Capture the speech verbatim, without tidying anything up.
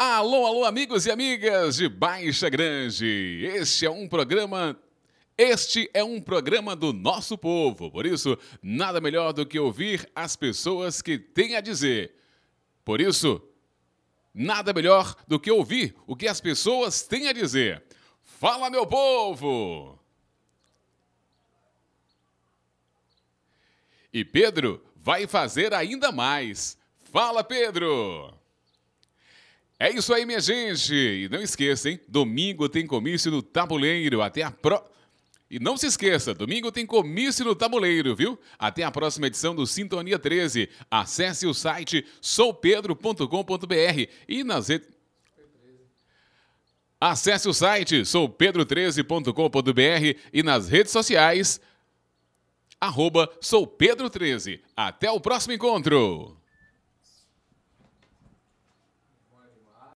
Alô, alô, amigos e amigas de Baixa Grande. Este é um programa... Este é um programa do nosso povo. Por isso, nada melhor do que ouvir as pessoas que têm a dizer. Por isso, nada melhor do que ouvir o que as pessoas têm a dizer. Fala, meu povo! E Pedro vai fazer ainda mais. Fala, Pedro! É isso aí, minha gente. E não esqueça, hein? Domingo tem comício no Tabuleiro. Até a pro... E não se esqueça, domingo tem comício no Tabuleiro, viu? Até a próxima edição do Sintonia treze. Acesse o site sou pedro ponto com ponto br e nas redes... Acesse o site sou pedro treze ponto com ponto br e nas redes sociais, arroba sou pedro treze. Até o próximo encontro!